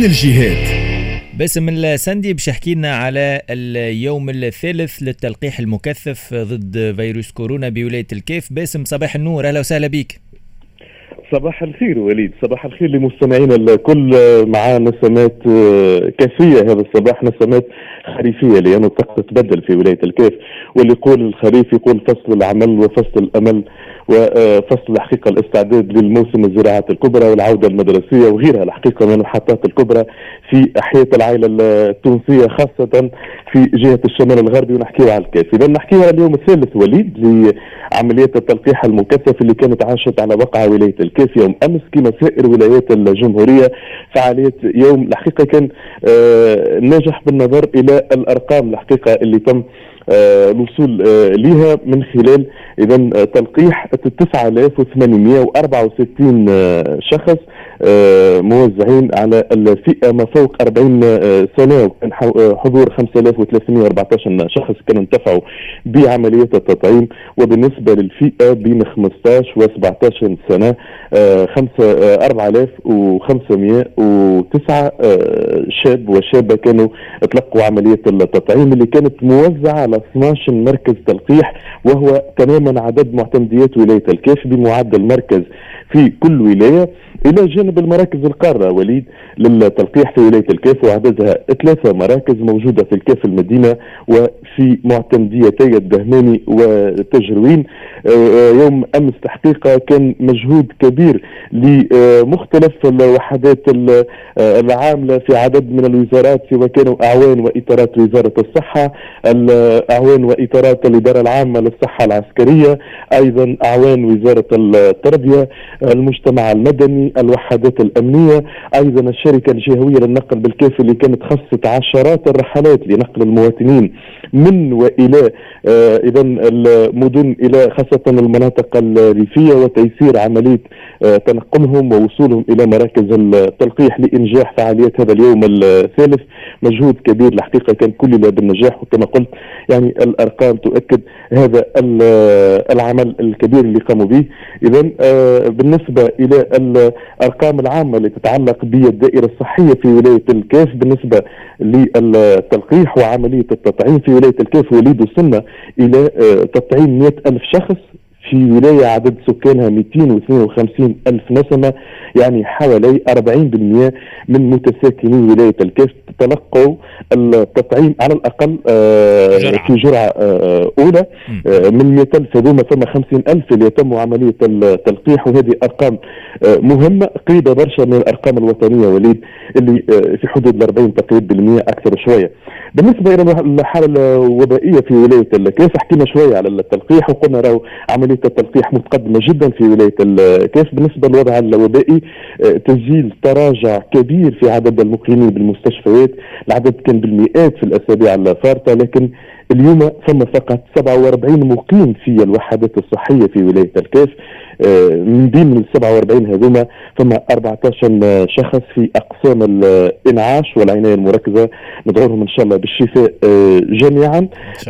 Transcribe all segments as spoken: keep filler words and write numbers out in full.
بين الجهات. باسم السندي باش يحكي لنا على اليوم الثالث للتلقيح المكثف ضد فيروس كورونا بولاية الكيف. باسم صباح النور، أهلا وسهلا بك. صباح الخير وليد، صباح الخير لمستمعينا الكل. مع نسمات كافية هذا الصباح، نسمات خريفية لأن الطقس تبدل في ولاية الكيف، واللي يقول الخريف يقول فصل العمل وفصل الأمل وفصل الحقيقة الاستعداد للموسم الزراعات الكبرى والعودة المدرسية وغيرها الحقيقة من المحطات الكبرى في أحياء العائلة التونسية، خاصة في جهة الشمال الغربي، ونحكيها على الكيف. إذا نحكيها اليوم الثالث وليد لعملية التلقيح المكثف اللي كانت عاشت على وقع ولاية الكيف يوم أمس كما سائر ولايات الجمهورية. فعالية يوم الحقيقة كان آه ناجح بالنظر إلى الأرقام الحقيقة اللي تم آه الوصول آه لها من خلال إذا تلقيح تسعة آلاف وثمانمائة وأربعة وستين آه شخص آه موزعين على الفئة ما فوق أربعين آه سنة، وكان حضور خمسة آلاف وثلاثمائة وأربعة عشر شخص كانوا انتفعوا بعملية التطعيم. وبالنسبة للفئة بين خمسة عشر و سبعة عشر سنة آه خمسة آه أربعة آلاف وخمسمائة وتسعة آه شاب وشابة كانوا تلقوا عملية التطعيم اللي كانت موزعة على اثني عشر مركز تلقيح، وهو تماما عدد معتمديات ولاية الكيف بمعدل مركز في كل ولاية، إلى جانب المراكز القارة وليد للتلقيح في ولاية الكيف، وعددها ثلاثة مراكز موجودة في الكيف المدينة وفي معتمديتي الدهماني وتجروين. يوم أمس تحقيقا كان مجهود كبير لمختلف الوحدات العاملة في عدد من الوزارات، سواء كانوا أعوان وإطارات وزارة الصحة، الأعوان وإطارات الإدارة العامة للصحة العسكرية، أيضا أعوان وزارة التربية، المجتمع المدني، الوحدات الأمنية، أيضا الشركة الجهوية للنقل بالكيف اللي كانت خصت عشرات الرحلات لنقل المواطنين من وإلى آه إذا المدن إلى خاصة المناطق الريفية، وتيسير عملية آه تنقلهم ووصولهم إلى مراكز التلقيح لإنجاح فعاليات هذا اليوم الثالث. مجهود كبير الحقيقة كان كله بالنجاح، وكما قلت يعني الأرقام تؤكد هذا العمل الكبير اللي قاموا به. إذا آه بالنسبة إلى الأرقام العامة اللي تتعلق بالدائرة الصحية في ولاية الكيف بالنسبة للتلقيح وعملية التطعيم في ولاية الكيف وليد وصلنا إلى تطعيم مئة ألف شخص في ولاية عدد سكانها مئتين واثنين وخمسين ألف نسمة، يعني حوالي أربعين بالمئة من متساكني ولاية الكيف تلقوا التطعيم على الأقل آه جرعة. في جرعة آه أولى آه من مئة ألف هذوما ثم خمسين ألف اللي يتم عملية التلقيح، وهذه أرقام آه مهمة قريبة برشا من الأرقام الوطنية وليد اللي آه في حدود الأربعين تقريبا بالمئة أكثر شوية. بالنسبة إلى الحالة الوبائية في ولاية الكيف حكينا شوية على التلقيح وقلنا راهو عملية التلقيح متقدمة جدا في ولاية الكيف. بالنسبة للوضع الوبائي تسجيل تراجع كبير في عدد المقيمين بالمستشفيات، العدد كان بالمئات في الأسابيع الفارطة، لكن اليوم ثم فقط سبعة وأربعين مقيم في الوحدات الصحية في ولاية الكيف. من بين ال سبعة وأربعين هذوما ثم أربعة عشر شخص في أقسام الإنعاش والعناية المركزة، ندعوهم إن شاء الله بالشفاء جميعا.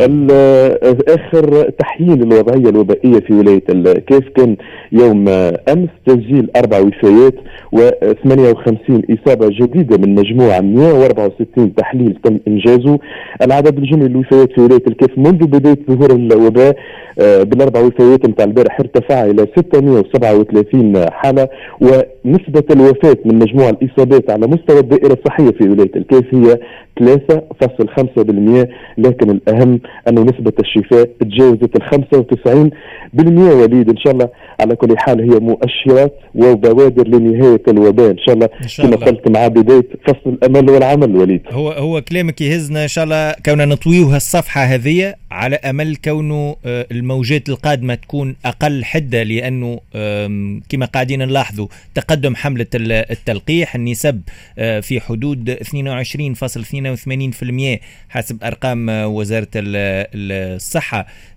آخر تحليل الوضعية الوبائية في ولاية الكيف كان يوم أمس تسجيل أربع وفيات وثمانية وخمسين إصابة جديدة من مجموعة مئة وأربعة وستين تحليل تم إنجازه. العدد الجمعي للوفيات في ولاية الكيف منذ بداية ظهور الوباء بالأربع وفيات متاع البارح ارتفع إلى ستمائة وسبعة وثلاثين حالة، ونسبة الوفاة من مجموع الإصابات على مستوى الدائرة الصحية في ولاية الكيف هي ثلاثة فاصلة خمسة بالمئة، لكن الأهم أن نسبة الشفاء تجاوزت ال خمسة وتسعين بالمئة وليد. إن شاء الله على كل حال هي مؤشرات وبوادر لنهاية الوباء إن شاء الله كما قلت مع بداية فصل الأمل والعمل وليد. هو هو كلامك يهزنا إن شاء الله كوننا نطويوها الصفحة هذه على أمل كونه الموجات القادمة تكون أقل حدة، لأنه كما قاعدين نلاحظوا تقدم حملة التلقيح، النسب في حدود اثنين وعشرين فاصلة اثنين وثمانين بالمئة حسب أرقام وزارة الصحة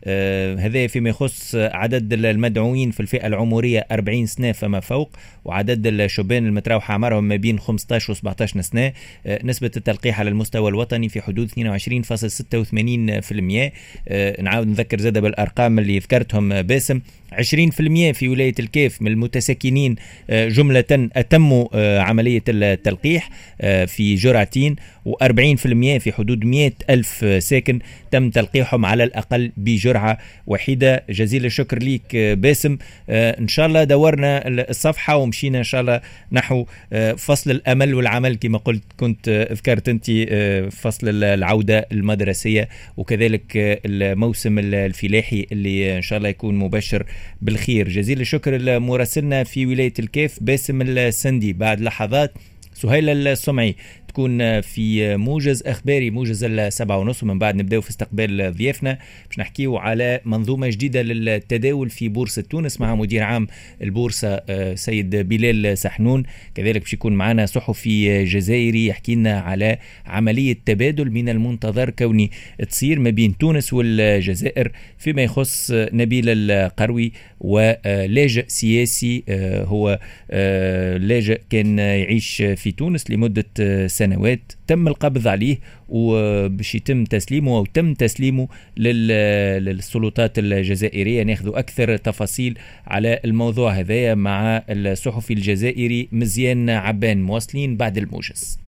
هذا فيما يخص عدد المدعوين في الفئة العمرية أربعين سنة فما فوق، وعدد الشبان المتراوح أعمارهم ما بين خمسة عشر و سبعة عشر سنة. نسبة التلقيح على المستوى الوطني في حدود اثنين وعشرين فاصلة ستة وثمانين بالمئة. نعاود نذكر زادة بالأرقام اللي ذكرتهم باسم. عشرين بالمئة في ولاية الكيف من المتساكنين جملة أتموا عملية التلقيح في جرعتين، وأربعين بالمئة في حدود مئة ألف ساكن تم تلقيحهم على الأقل بجرعة وحيدة. جزيل الشكر ليك باسم. إن شاء الله دورنا الصفحة ومشينا إن شاء الله نحو فصل الأمل والعمل كما قلت كنت ذكرت أنت فصل العودة المدرسية، وكذلك الموسم الفلاحي اللي إن شاء الله يكون مبشر بالخير. جزيل الشكر لمراسلنا في ولاية الكيف باسم السندي. بعد لحظات سهيل السمعي تكون في موجز أخباري موجز السبعة ونص، ومن بعد نبدأ في استقبال ضيافنا باش نحكيو على منظومة جديدة للتداول في بورصة تونس مع مدير عام البورصة سيد بلال سحنون. كذلك باش يكون معنا صحفي جزائري يحكي لنا على عملية تبادل من المنتظر كوني تصير ما بين تونس والجزائر فيما يخص نبيل القروي ولاجئ سياسي. هو لاجئ كان يعيش في تونس لمدة سنوات، تم القبض عليه وباش يتم تسليمه أو تم تسليمه للسلطات الجزائرية. ناخذ أكثر تفاصيل على الموضوع هذا مع الصحفي الجزائري مزيان عبان، مواصلين بعد الموجز.